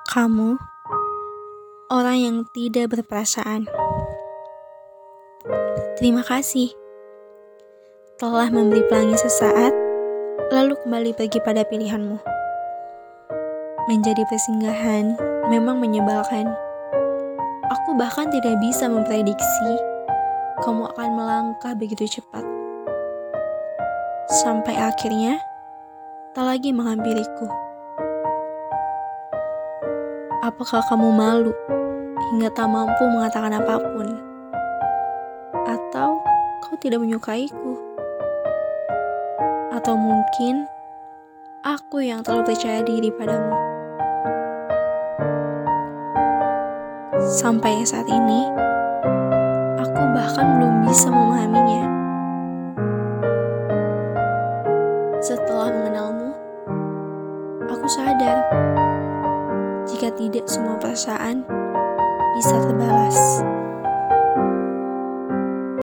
Kamu orang yang tidak berperasaan. Terima kasih telah memberi pelangi sesaat, lalu kembali pergi pada pilihanmu. Menjadi persinggahan memang menyebalkan. Aku bahkan tidak bisa memprediksi kamu akan melangkah begitu cepat. Sampai akhirnya tak lagi menghampiriku. Apakah kamu malu hingga tak mampu mengatakan apapun? Atau kau tidak menyukaiku? Atau mungkin aku yang terlalu percaya diri padamu? Sampai saat ini, aku bahkan belum bisa memahaminya. Setelah mengenalmu, aku sadar jika tidak semua perasaan bisa terbalas.